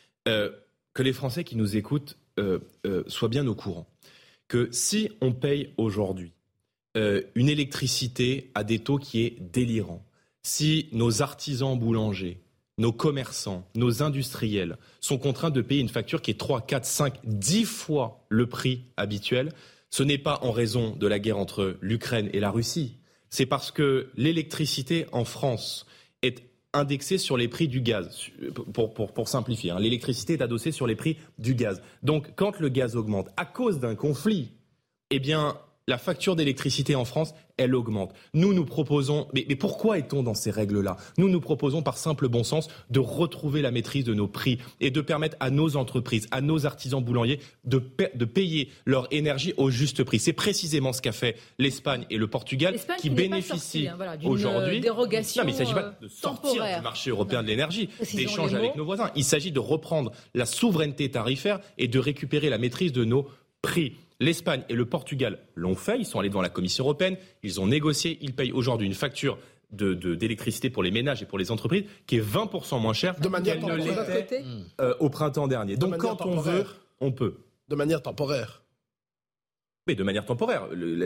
S2: Que les Français qui nous écoutent soient bien au courant que si on paye aujourd'hui une électricité à des taux qui est délirant, si nos artisans boulangers, nos commerçants, nos industriels sont contraints de payer une facture qui est 3, 4, 5, 10 fois le prix habituel, ce n'est pas en raison de la guerre entre l'Ukraine et la Russie. C'est parce que l'électricité en France est indexée sur les prix du gaz, pour simplifier. L'électricité est adossée sur les prix du gaz. Donc quand le gaz augmente à cause d'un conflit, la facture d'électricité en France, elle augmente. Nous proposons, mais pourquoi est-on dans ces règles-là ? Nous proposons par simple bon sens de retrouver la maîtrise de nos prix et de permettre à nos entreprises, à nos artisans boulangers de payer leur énergie au juste prix. C'est précisément ce qu'a fait l'Espagne et le Portugal qui bénéficient aujourd'hui.
S1: Dérogation
S2: non, mais il ne s'agit pas de sortir
S1: temporaire.
S2: du marché européen de l'énergie, d'échanges avec nos voisins. Il s'agit de reprendre la souveraineté tarifaire et de récupérer la maîtrise de nos prix. L'Espagne et le Portugal l'ont fait, ils sont allés devant la Commission européenne, ils ont négocié, ils payent aujourd'hui une facture d'électricité pour les ménages et pour les entreprises qui est 20% moins chère qu'elle ne l'était au printemps dernier. Donc quand on veut, on peut.
S4: De manière temporaire.
S2: Mais de manière temporaire,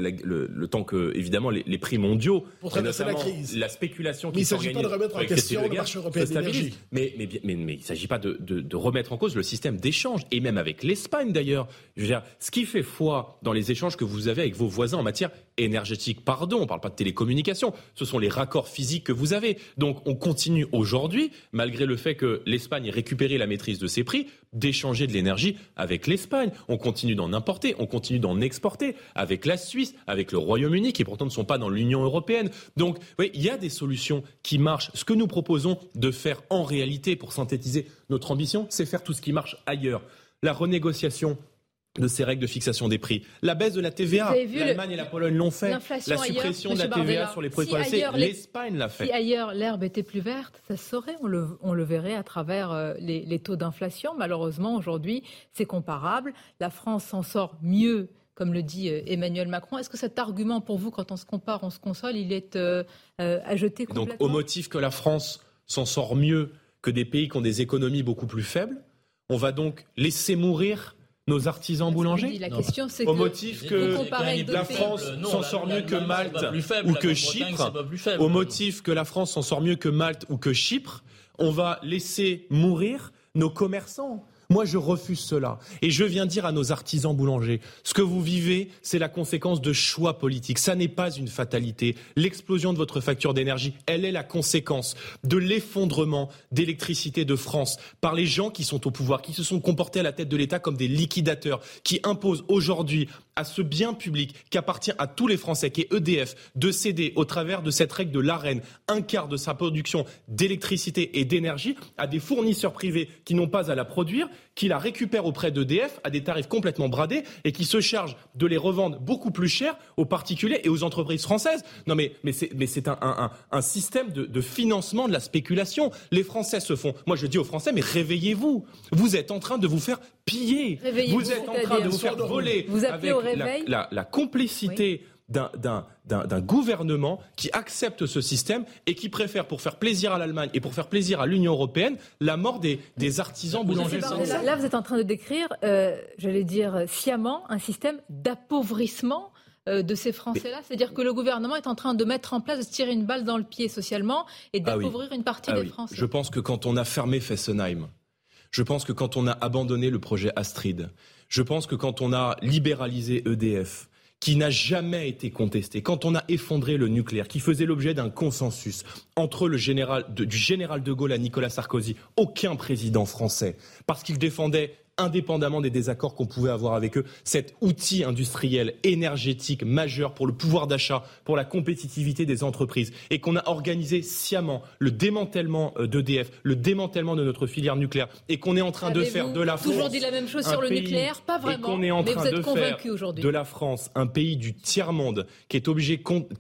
S2: le temps que, évidemment, les prix mondiaux,
S4: pour traverser
S2: la
S4: crise,
S2: la spéculation
S4: qui s'organise. Mais il ne s'agit pas de remettre en question le marché européen de l'énergie.
S2: Mais il ne s'agit pas de remettre en cause le système d'échange, et même avec l'Espagne d'ailleurs. Je veux dire, ce qui fait foi dans les échanges que vous avez avec vos voisins en matière énergétique, on ne parle pas de télécommunications, ce sont les raccords physiques que vous avez. Donc on continue aujourd'hui, malgré le fait que l'Espagne ait récupéré la maîtrise de ses prix, d'échanger de l'énergie avec l'Espagne. On continue d'en importer, on continue d'en exporter avec la Suisse, avec le Royaume-Uni, qui pourtant ne sont pas dans l'Union européenne. Donc, oui, il y a des solutions qui marchent. Ce que nous proposons de faire en réalité, pour synthétiser notre ambition, c'est faire tout ce qui marche ailleurs. La renégociation de ces règles de fixation des prix. La baisse de la TVA, l'Allemagne et la Pologne l'ont fait. La suppression de la TVA sur les produits coincés, l'Espagne l'a fait.
S1: Si ailleurs l'herbe était plus verte, ça se saurait, on le verrait à travers les taux d'inflation. Malheureusement, aujourd'hui, c'est comparable. La France s'en sort mieux, comme le dit Emmanuel Macron. Est-ce que cet argument, pour vous, quand on se compare, on se console, il est à jeter complètement ?
S2: Donc, au motif que la France s'en sort mieux que des pays qui ont des économies beaucoup plus faibles, on va donc laisser mourir nos artisans boulangers,
S1: la question, c'est
S2: au motif que la France s'en sort mieux que Malte ou que Chypre, au motif que la France s'en sort mieux que Malte ou que Chypre, on va laisser mourir nos commerçants. Moi, je refuse cela. Et je viens dire à nos artisans boulangers, ce que vous vivez, c'est la conséquence de choix politiques. Ça n'est pas une fatalité. L'explosion de votre facture d'énergie, elle est la conséquence de l'effondrement d'électricité de France par les gens qui sont au pouvoir, qui se sont comportés à la tête de l'État comme des liquidateurs, qui imposent aujourd'hui à ce bien public qui appartient à tous les Français, qui est EDF, de céder au travers de cette règle de l'Arenh un quart de sa production d'électricité et d'énergie à des fournisseurs privés qui n'ont pas à la produire, qui la récupèrent auprès d'EDF à des tarifs complètement bradés et qui se chargent de les revendre beaucoup plus cher aux particuliers et aux entreprises françaises. Non mais c'est un système de financement de la spéculation. Les Français se font... Moi je dis aux Français, mais réveillez-vous. Vous êtes en train de vous faire piller. Vous êtes en train de vous faire voler.
S1: Vous appelez au réveil ?
S2: La complicité... Oui. D'un gouvernement qui accepte ce système et qui préfère, pour faire plaisir à l'Allemagne et pour faire plaisir à l'Union européenne, la mort des artisans boulangers.
S1: Là, vous êtes en train de décrire, j'allais dire sciemment, un système d'appauvrissement de ces Français-là. C'est-à-dire que le gouvernement est en train de mettre en place, de se tirer une balle dans le pied socialement et d'appauvrir une partie des Français.
S2: Je pense que quand on a fermé Fessenheim, je pense que quand on a abandonné le projet Astrid, je pense que quand on a libéralisé EDF, qui n'a jamais été contesté, quand on a effondré le nucléaire, qui faisait l'objet d'un consensus entre du général de Gaulle à Nicolas Sarkozy, aucun président français, parce qu'il défendait, indépendamment des désaccords qu'on pouvait avoir avec eux, cet outil industriel énergétique majeur pour le pouvoir d'achat, pour la compétitivité des entreprises, et qu'on a organisé sciemment le démantèlement d'EDF, le démantèlement de notre filière nucléaire, et qu'on est en train de faire de la France...
S1: toujours dit la même chose sur le nucléaire, pas vraiment,
S2: et qu'on est en train
S1: mais vous êtes
S2: de faire
S1: aujourd'hui.
S2: De la France un pays du tiers-monde qui est obligé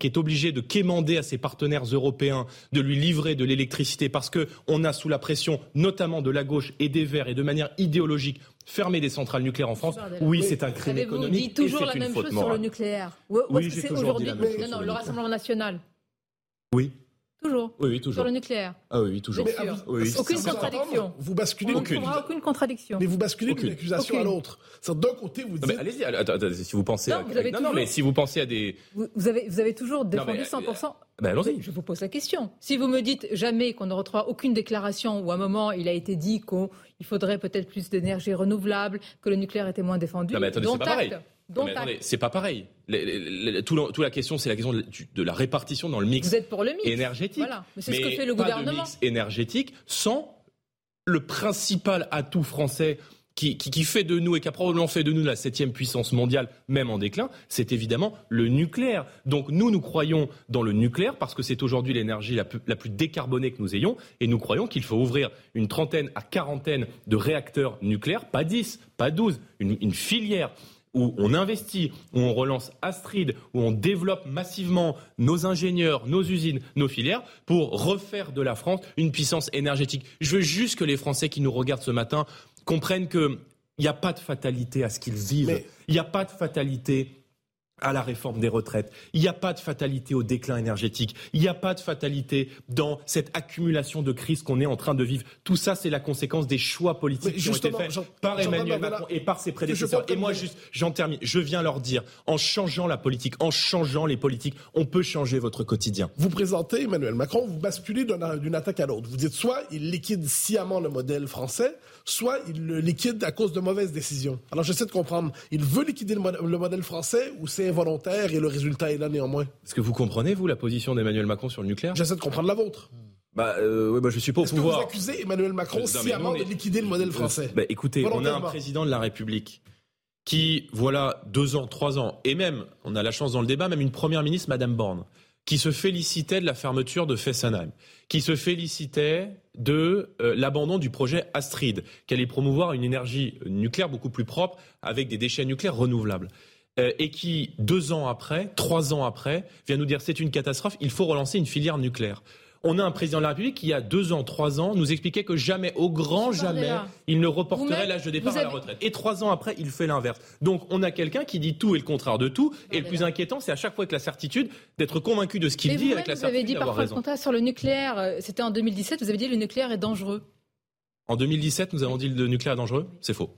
S2: de quémander à ses partenaires européens de lui livrer de l'électricité parce qu'on a sous la pression notamment de la gauche et des Verts et de manière idéologique fermer des centrales nucléaires en France, oui, c'est un crime économique.
S1: Vous dites toujours
S2: et
S1: la
S2: c'est
S1: même
S2: une faute
S1: chose
S2: morale.
S1: sur le nucléaire.
S2: Oui, j'ai toujours dit la même chose.
S1: Non, le Rassemblement national.
S2: Oui.
S1: Toujours.
S2: Oui, toujours.
S1: Sur le nucléaire.
S2: Ah oui, toujours.
S1: Aucune contradiction.
S4: Vous basculez.
S1: Aucune contradiction.
S4: Mais vous basculez d'une accusation à l'autre. D'un côté, vous dites.
S2: Mais allez-y. Attendez, si vous pensez.
S1: Mais
S2: si vous pensez à des.
S1: Vous avez toujours défendu 100%.
S2: Allons-y.
S1: Je vous pose la question. Si vous me dites jamais qu'on ne retrouvera aucune déclaration où à un moment il a été dit qu'il faudrait peut-être plus d'énergie renouvelable, que le nucléaire était moins défendu.
S2: Non mais attendez, c'est pas pareil. C'est pas pareil. Toute la question, c'est la question de la répartition dans le mix.
S1: Vous êtes pour le mix
S2: énergétique.
S1: Voilà. Mais c'est ce que fait le gouvernement.
S2: Pas de mix énergétique sans le principal atout français qui fait de nous et qui a probablement fait de nous la 7e puissance mondiale, même en déclin, c'est évidemment le nucléaire. Donc nous croyons dans le nucléaire parce que c'est aujourd'hui l'énergie la plus décarbonée que nous ayons et nous croyons qu'il faut ouvrir une 30aine à 40aine de réacteurs nucléaires, pas 10, pas 12, une filière où on investit, où on relance Astrid, où on développe massivement nos ingénieurs, nos usines, nos filières, pour refaire de la France une puissance énergétique. Je veux juste que les Français qui nous regardent ce matin comprennent qu'il n'y a pas de fatalité à ce qu'ils vivent. Il n'y a pas de fatalité à la réforme des retraites. Il n'y a pas de fatalité au déclin énergétique. Il n'y a pas de fatalité dans cette accumulation de crises qu'on est en train de vivre. Tout ça, c'est la conséquence des choix politiques qui ont été faits par Emmanuel Macron et par ses prédécesseurs. Et moi, j'en termine. Je viens leur dire, en changeant la politique, en changeant les politiques, on peut changer votre quotidien.
S4: Vous présentez Emmanuel Macron, vous basculez d'une attaque à l'autre. Vous dites soit il liquide sciemment le modèle français, soit il le liquide à cause de mauvaises décisions. Alors, j'essaie de comprendre. Il veut liquider le modèle français ou c'est involontaire et le résultat est là néanmoins?
S2: Est-ce que vous comprenez, vous, la position d'Emmanuel Macron sur le nucléaire?
S4: J'essaie de comprendre la vôtre.
S2: Je suis pas au pouvoir.
S4: Est-ce que vous accusez Emmanuel Macron sciemment de liquider le modèle français?
S2: Écoutez, on a un président de la République qui, voilà, 2 ans, 3 ans, et même, on a la chance dans le débat, même une première ministre, Madame Borne, qui se félicitait de la fermeture de Fessenheim, qui se félicitait de l'abandon du projet Astrid, qui allait promouvoir une énergie nucléaire beaucoup plus propre avec des déchets nucléaires renouvelables. Et qui, 2 ans après, 3 ans après, vient nous dire c'est une catastrophe, il faut relancer une filière nucléaire. On a un président de la République qui, il y a 2 ans, 3 ans, nous expliquait que jamais, au grand jamais, il ne reporterait l'âge de départ à la retraite. Et 3 ans après, il fait l'inverse. Donc, on a quelqu'un qui dit tout et le contraire de tout. Et le plus inquiétant, c'est à chaque fois avec la certitude d'être convaincu de ce qu'il dit, avec la certitude d'avoir raison.
S1: Vous avez dit parfois le contraire sur le nucléaire. C'était en 2017, vous avez dit le nucléaire est dangereux.
S2: En 2017, nous avons dit le nucléaire est dangereux? C'est faux.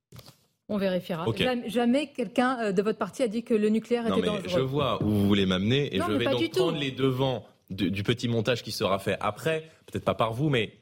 S1: On vérifiera.
S2: Okay.
S1: Jamais quelqu'un de votre parti a dit que le nucléaire était dangereux.
S2: Je vois où vous voulez m'amener et je vais donc prendre les devants du petit montage qui sera fait après, peut-être pas par vous, mais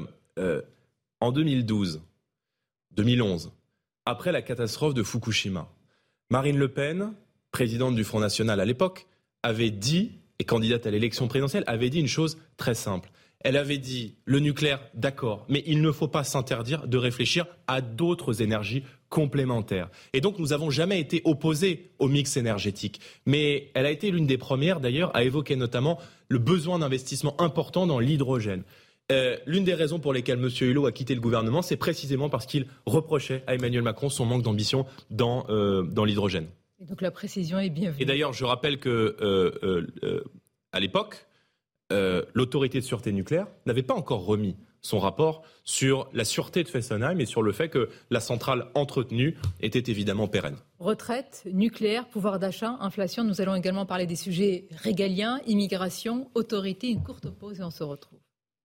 S2: en 2012, 2011, après la catastrophe de Fukushima, Marine Le Pen, présidente du Front National à l'époque, avait dit, et candidate à l'élection présidentielle, avait dit une chose très simple. Elle avait dit, le nucléaire, d'accord, mais il ne faut pas s'interdire de réfléchir à d'autres énergies complémentaires. Et donc, nous n'avons jamais été opposés au mix énergétique. Mais elle a été l'une des premières, d'ailleurs, à évoquer notamment le besoin d'investissement important dans l'hydrogène. L'une des raisons pour lesquelles M. Hulot a quitté le gouvernement, c'est précisément parce qu'il reprochait à Emmanuel Macron son manque d'ambition dans l'hydrogène.
S1: Et donc, la précision est bienvenue.
S2: Et d'ailleurs, je rappelle que à l'époque, l'autorité de sûreté nucléaire n'avait pas encore remis son rapport sur la sûreté de Fessenheim et sur le fait que la centrale entretenue était évidemment pérenne.
S1: Retraite, nucléaire, pouvoir d'achat, inflation. Nous allons également parler des sujets régaliens, immigration, autorité. Une courte pause et on se retrouve.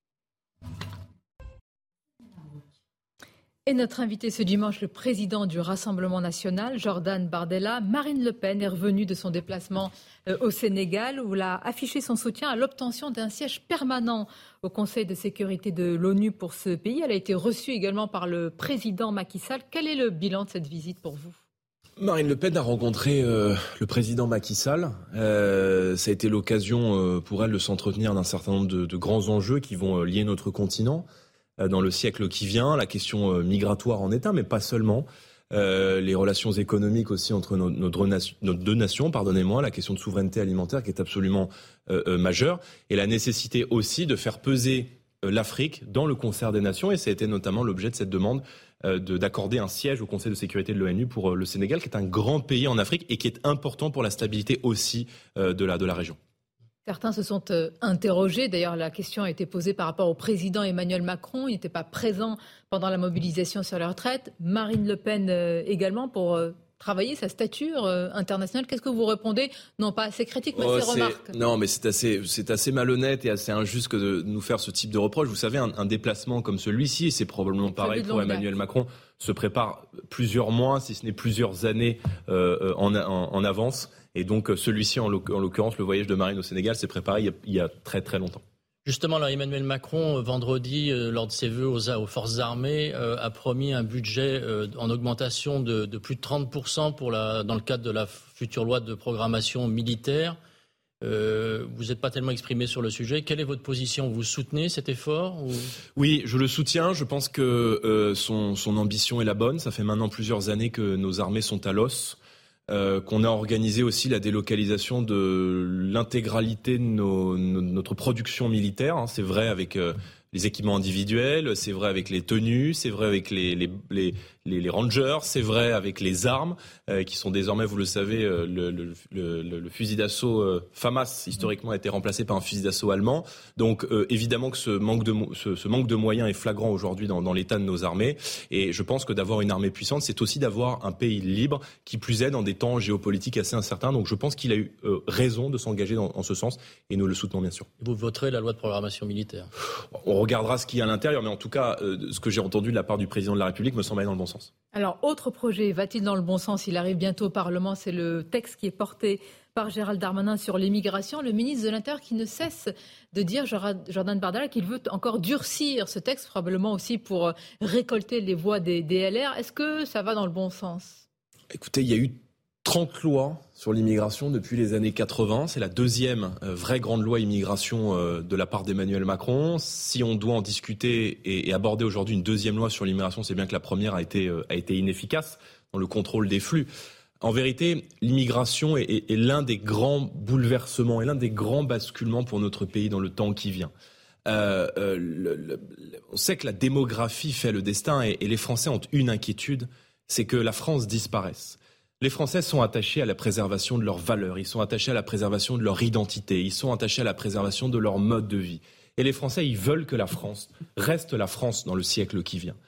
S1: Et notre invité ce dimanche, le président du Rassemblement national, Jordan Bardella. Marine Le Pen est revenue de son déplacement au Sénégal où elle a affiché son soutien à l'obtention d'un siège permanent au Conseil de sécurité de l'ONU pour ce pays. Elle a été reçue également par le président Macky Sall. Quel est le bilan de cette visite pour vous ?
S2: Marine Le Pen a rencontré le président Macky Sall. Ça a été l'occasion pour elle de s'entretenir d'un certain nombre de grands enjeux qui vont lier notre continent dans le siècle qui vient. La question migratoire en est un, mais pas seulement. Les relations économiques aussi entre nos 2 nations, la question de souveraineté alimentaire qui est absolument majeure, et la nécessité aussi de faire peser l'Afrique dans le concert des nations, et ça a été notamment l'objet de cette demande d'accorder un siège au Conseil de sécurité de l'ONU pour le Sénégal, qui est un grand pays en Afrique et qui est important pour la stabilité aussi de la région.
S1: Certains se sont interrogés. D'ailleurs, la question a été posée par rapport au président Emmanuel Macron. Il n'était pas présent pendant la mobilisation sur la retraite. Marine Le Pen également pour travailler sa stature internationale. Qu'est-ce que vous répondez? Non, pas assez critique, mais assez remarque.
S2: Non, mais c'est assez malhonnête et assez injuste que de nous faire ce type de reproche. Vous savez, un déplacement comme celui-ci, et c'est probablement pareil pour Emmanuel Macron, se prépare plusieurs mois, si ce n'est plusieurs années en avance. Et donc celui-ci, en l'occurrence, le voyage de Marine au Sénégal, s'est préparé il y a très très longtemps.
S3: Justement, là, Emmanuel Macron, vendredi, lors de ses vœux aux forces armées, a promis un budget en augmentation de plus de 30% dans le cadre de la future loi de programmation militaire. Vous n'êtes pas tellement exprimé sur le sujet. Quelle est votre position ? Vous soutenez cet effort ou...
S2: Oui, je le soutiens. Je pense que son ambition est la bonne. Ça fait maintenant plusieurs années que nos armées sont à l'os. Qu'on a organisé aussi la délocalisation de l'intégralité de notre production militaire. C'est vrai avec les équipements individuels, c'est vrai avec les tenues, c'est vrai avec les rangers, c'est vrai avec les armes, qui sont désormais, vous le savez, le fusil d'assaut FAMAS, historiquement, a été remplacé par un fusil d'assaut allemand. Donc, évidemment que ce manque de moyens est flagrant aujourd'hui dans l'état de nos armées. Et je pense que d'avoir une armée puissante, c'est aussi d'avoir un pays libre, qui plus est dans des temps géopolitiques assez incertains. Donc, je pense qu'il a eu raison de s'engager en ce sens, et nous le soutenons bien sûr.
S3: Vous voterez la loi de programmation militaire ?
S2: On regardera ce qu'il y a à l'intérieur, mais en tout cas, ce que j'ai entendu de la part du président de la République me semble aller dans le bon sens.
S1: Alors, autre projet, va-t-il dans le bon sens ? Il arrive bientôt au Parlement, c'est le texte qui est porté par Gérald Darmanin sur l'immigration. Le ministre de l'Intérieur qui ne cesse de dire, Jordan Bardella, qu'il veut encore durcir ce texte, probablement aussi pour récolter les voix des LR. Est-ce que ça va dans le bon sens ?
S2: Écoutez, il y a eu 30 lois sur l'immigration depuis les années 80. C'est la deuxième vraie grande loi immigration de la part d'Emmanuel Macron. Si on doit en discuter et aborder aujourd'hui une deuxième loi sur l'immigration, c'est bien que la première a été inefficace dans le contrôle des flux. En vérité, l'immigration est l'un des grands bouleversements et l'un des grands basculements pour notre pays dans le temps qui vient. On sait que la démographie fait le destin et les Français ont une inquiétude, c'est que la France disparaisse. Les Français sont attachés à la préservation de leurs valeurs, ils sont attachés à la préservation de leur identité, ils sont attachés à la préservation de leur mode de vie. Et les Français, ils veulent que la France reste la France dans le siècle qui vient.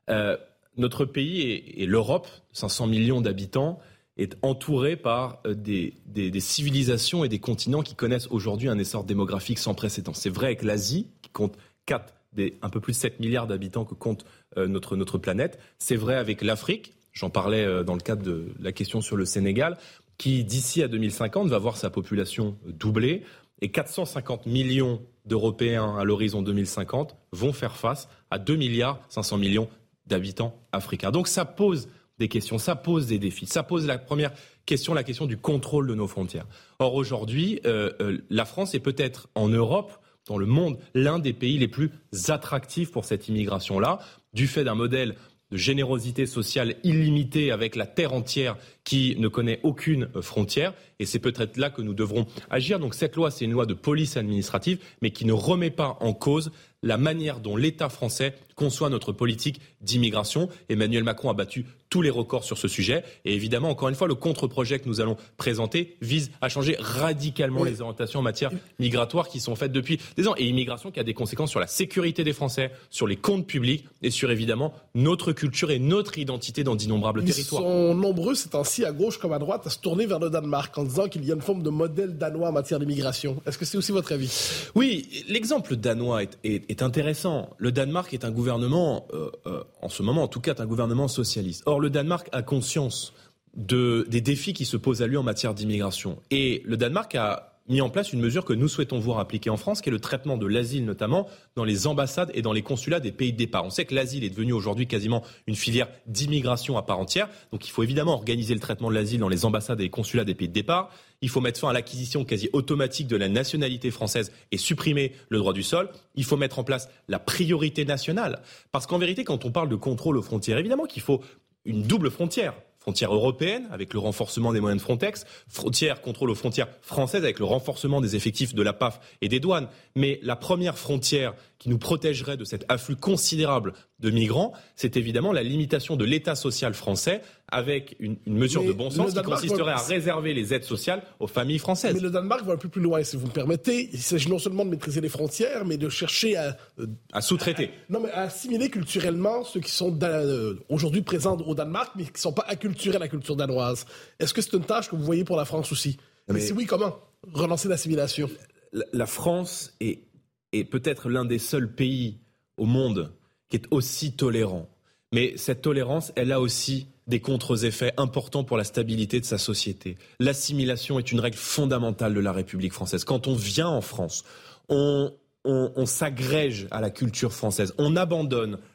S2: Notre pays et l'Europe, 500 millions d'habitants, est entouré par des civilisations et des continents qui connaissent aujourd'hui un essor démographique sans précédent. C'est vrai avec l'Asie, qui compte 4 des un peu plus de 7 milliards d'habitants que compte notre planète. C'est vrai avec l'Afrique. J'en parlais dans le cadre de la question sur le Sénégal, qui d'ici à 2050 va voir sa population doubler et 450 millions d'Européens à l'horizon 2050 vont faire face à 2 milliards 500 millions d'habitants africains. Donc ça pose des questions, ça pose des défis. Ça pose la première question, la question du contrôle de nos frontières. Or aujourd'hui, la France est peut-être en Europe, dans le monde, l'un des pays les plus attractifs pour cette immigration-là, du fait d'un modèle de générosité sociale illimitée avec la terre entière qui ne connaît aucune frontière. Et c'est peut-être là que nous devrons agir. Donc cette loi, c'est une loi de police administrative, mais qui ne remet pas en cause la manière dont l'État français conçoit notre politique d'immigration. Emmanuel Macron a battu tous les records sur ce sujet. Et évidemment, encore une fois, le contre-projet que nous allons présenter vise à changer radicalement les orientations en matière migratoire qui sont faites depuis des ans. Et immigration qui a des conséquences sur la sécurité des Français, sur les comptes publics et sur évidemment notre culture et notre identité dans d'innombrables territoires.
S4: Ils sont nombreux ces temps-ci, à gauche comme à droite, à se tourner vers le Danemark en disant qu'il y a une forme de modèle danois en matière d'immigration. Est-ce que c'est aussi votre avis ?
S2: Oui, l'exemple danois est intéressant. Le Danemark est un gouvernement, en ce moment en tout cas, un gouvernement socialiste. Or, le Danemark a conscience des défis qui se posent à lui en matière d'immigration. Et le Danemark a mis en place une mesure que nous souhaitons voir appliquée en France, qui est le traitement de l'asile, notamment dans les ambassades et dans les consulats des pays de départ. On sait que l'asile est devenu aujourd'hui quasiment une filière d'immigration à part entière. Donc il faut évidemment organiser le traitement de l'asile dans les ambassades et les consulats des pays de départ. Il faut mettre fin à l'acquisition quasi automatique de la nationalité française et supprimer le droit du sol. Il faut mettre en place la priorité nationale. Parce qu'en vérité, quand on parle de contrôle aux frontières, évidemment qu'il faut une double frontière. Frontière européenne, avec le renforcement des moyens de Frontex, contrôle aux frontières françaises, avec le renforcement des effectifs de la PAF et des douanes. Mais la première frontière qui nous protégerait de cet afflux considérable de migrants, c'est évidemment la limitation de l'État social français, avec une mesure de bon sens qui consisterait à réserver les aides sociales aux familles françaises.
S4: Mais le Danemark va un peu plus loin, si vous me permettez. Il s'agit non seulement de maîtriser les frontières, mais de chercher à
S2: sous-traiter.
S4: À assimiler culturellement ceux qui sont aujourd'hui présents au Danemark, mais qui ne sont pas acculturés à la culture danoise. Est-ce que c'est une tâche que vous voyez pour la France aussi ? Mais si oui, comment relancer l'assimilation ?
S2: La France est peut-être l'un des seuls pays au monde qui est aussi tolérant. Mais cette tolérance, elle a aussi des contre-effets importants pour la stabilité de sa société. L'assimilation est une règle fondamentale de la République française. Quand on vient en France, on s'agrège à la culture française. On abandonne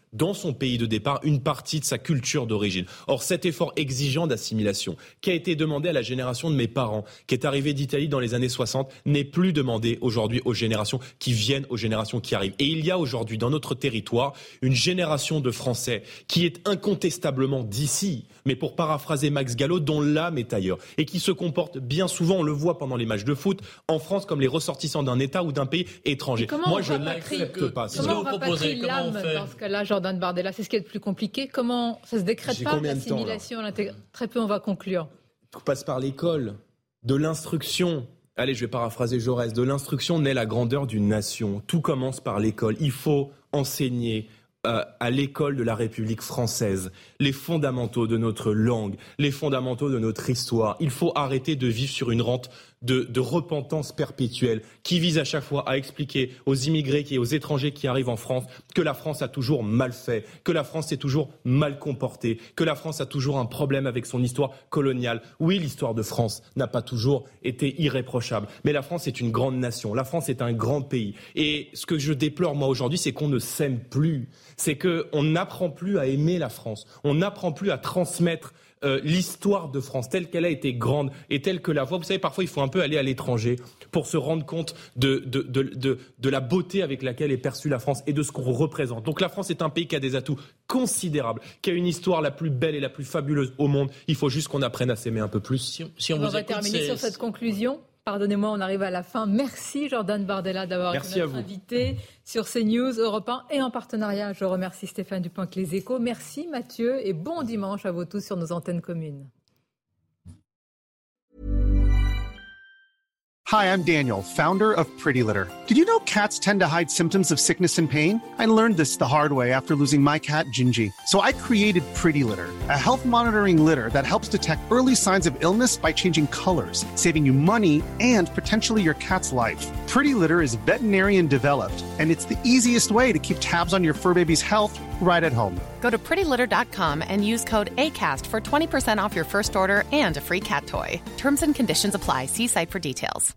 S2: dans son pays de départ une partie de sa culture d'origine. Or, cet effort exigeant d'assimilation qui a été demandé à la génération de mes parents, qui est arrivée d'Italie dans les années 60, n'est plus demandé aujourd'hui aux générations qui viennent, aux générations qui arrivent. Et il y a aujourd'hui dans notre territoire une génération de Français qui est incontestablement d'ici, mais pour paraphraser Max Gallo, dont l'âme est ailleurs et qui se comporte bien souvent, on le voit pendant les matchs de foot, en France comme les ressortissants d'un État ou d'un pays étranger.
S1: Moi, je n'accepte pas ça. Comment on rapatrie l'âme dans ce cas-là, Jordan Bardella? C'est ce qui est le plus compliqué. Comment ça se décrète pas, l'assimilation, l'intégration? Très peu, on va conclure.
S2: Tout passe par l'école, de l'instruction. Allez, je vais paraphraser Jaurès. De l'instruction naît la grandeur d'une nation. Tout commence par l'école. Il faut enseigner à l'école de la République française les fondamentaux de notre langue, les fondamentaux de notre histoire. Il faut arrêter de vivre sur une rente de repentance perpétuelle qui vise à chaque fois à expliquer aux immigrés et aux étrangers qui arrivent en France que la France a toujours mal fait, que la France s'est toujours mal comportée, que la France a toujours un problème avec son histoire coloniale. Oui, l'histoire de France n'a pas toujours été irréprochable, mais la France est une grande nation, la France est un grand pays. Et ce que je déplore moi aujourd'hui, c'est qu'on ne s'aime plus, c'est qu'on n'apprend plus à aimer la France, on n'apprend plus à transmettre l'histoire de France telle qu'elle a été grande et telle que la voit. Vous savez, parfois il faut un peu aller à l'étranger pour se rendre compte de la beauté avec laquelle est perçue la France et de ce qu'on représente. Donc la France est un pays qui a des atouts considérables, qui a une histoire la plus belle et la plus fabuleuse au monde. Il faut juste qu'on apprenne à s'aimer un peu plus.
S1: Si on va terminer sur cette conclusion. Pardonnez-moi, on arrive à la fin. Merci Jordan Bardella d'avoir été notre invité sur CNews, Europe 1 et en partenariat. Je remercie Stéphane Dupont avec Les Échos. Merci Mathieu et bon dimanche à vous tous sur nos antennes communes.
S5: Hi, I'm Daniel, founder of Pretty Litter. Did you know cats tend to hide symptoms of sickness and pain? I learned this the hard way after losing my cat, Gingy. So I created Pretty Litter, a health monitoring litter that helps detect early signs of illness by changing colors, saving you money and potentially your cat's life. Pretty Litter is veterinarian developed, and it's the easiest way to keep tabs on your fur baby's health right at home.
S6: Go to prettylitter.com and use code ACAST for 20% off your first order and a free cat toy. Terms and conditions apply. See site for details.